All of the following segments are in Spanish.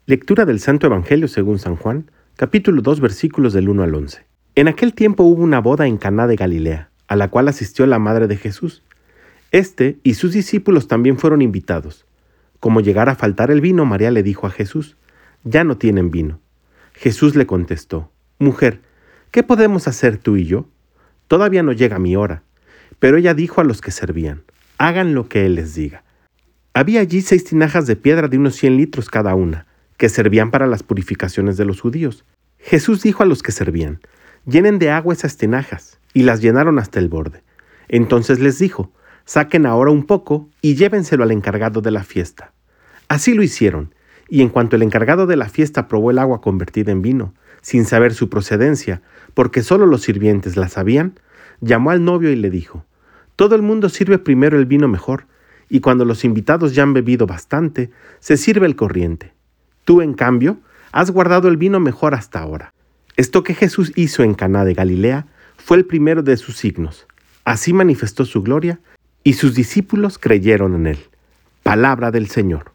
Lectura del Santo Evangelio según San Juan, capítulo 2, versículos del 1 al 11. En aquel tiempo hubo una boda en Caná de Galilea, a la cual asistió la madre de Jesús. Este y sus discípulos también fueron invitados. Como llegara a faltar el vino, María le dijo a Jesús: «Ya no tienen vino». Jesús le contestó: «Mujer, ¿qué podemos hacer tú y yo? Todavía no llega mi hora». Pero ella dijo a los que servían: «Hagan lo que él les diga». Había allí 6 tinajas de piedra de unos 100 litros cada una, que servían para las purificaciones de los judíos. Jesús dijo a los que servían: «Llenen de agua esas tinajas», y las llenaron hasta el borde. Entonces les dijo: «Saquen ahora un poco y llévenselo al encargado de la fiesta». Así lo hicieron, y en cuanto el encargado de la fiesta probó el agua convertida en vino, sin saber su procedencia, porque solo los sirvientes la sabían, llamó al novio y le dijo: «Todo el mundo sirve primero el vino mejor, y cuando los invitados ya han bebido bastante, se sirve el corriente. Tú, en cambio, has guardado el vino mejor hasta ahora». Esto que Jesús hizo en Caná de Galilea fue el primero de sus signos. Así manifestó su gloria, y sus discípulos creyeron en él. Palabra del Señor.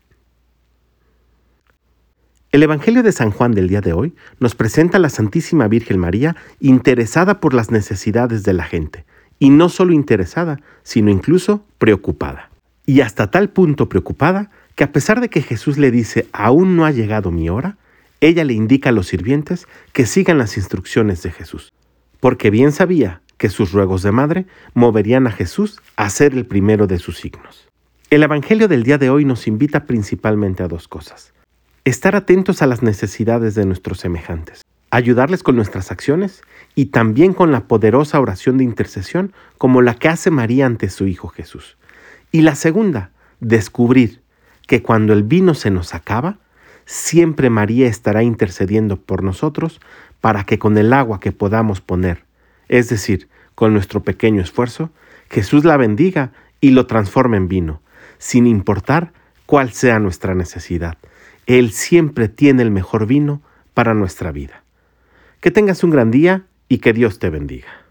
El Evangelio de San Juan del día de hoy nos presenta a la Santísima Virgen María interesada por las necesidades de la gente, y no solo interesada, sino incluso preocupada. Y hasta tal punto preocupada que a pesar de que Jesús le dice: «Aún no ha llegado mi hora», ella le indica a los sirvientes que sigan las instrucciones de Jesús, porque bien sabía que sus ruegos de madre moverían a Jesús a ser el primero de sus signos. El Evangelio del día de hoy nos invita principalmente a 2 cosas: estar atentos a las necesidades de nuestros semejantes, ayudarles con nuestras acciones y también con la poderosa oración de intercesión como la que hace María ante su Hijo Jesús. Y la segunda, descubrir que cuando el vino se nos acaba, siempre María estará intercediendo por nosotros para que con el agua que podamos poner, es decir, con nuestro pequeño esfuerzo, Jesús la bendiga y lo transforme en vino, sin importar cuál sea nuestra necesidad. Él siempre tiene el mejor vino para nuestra vida. Que tengas un gran día y que Dios te bendiga.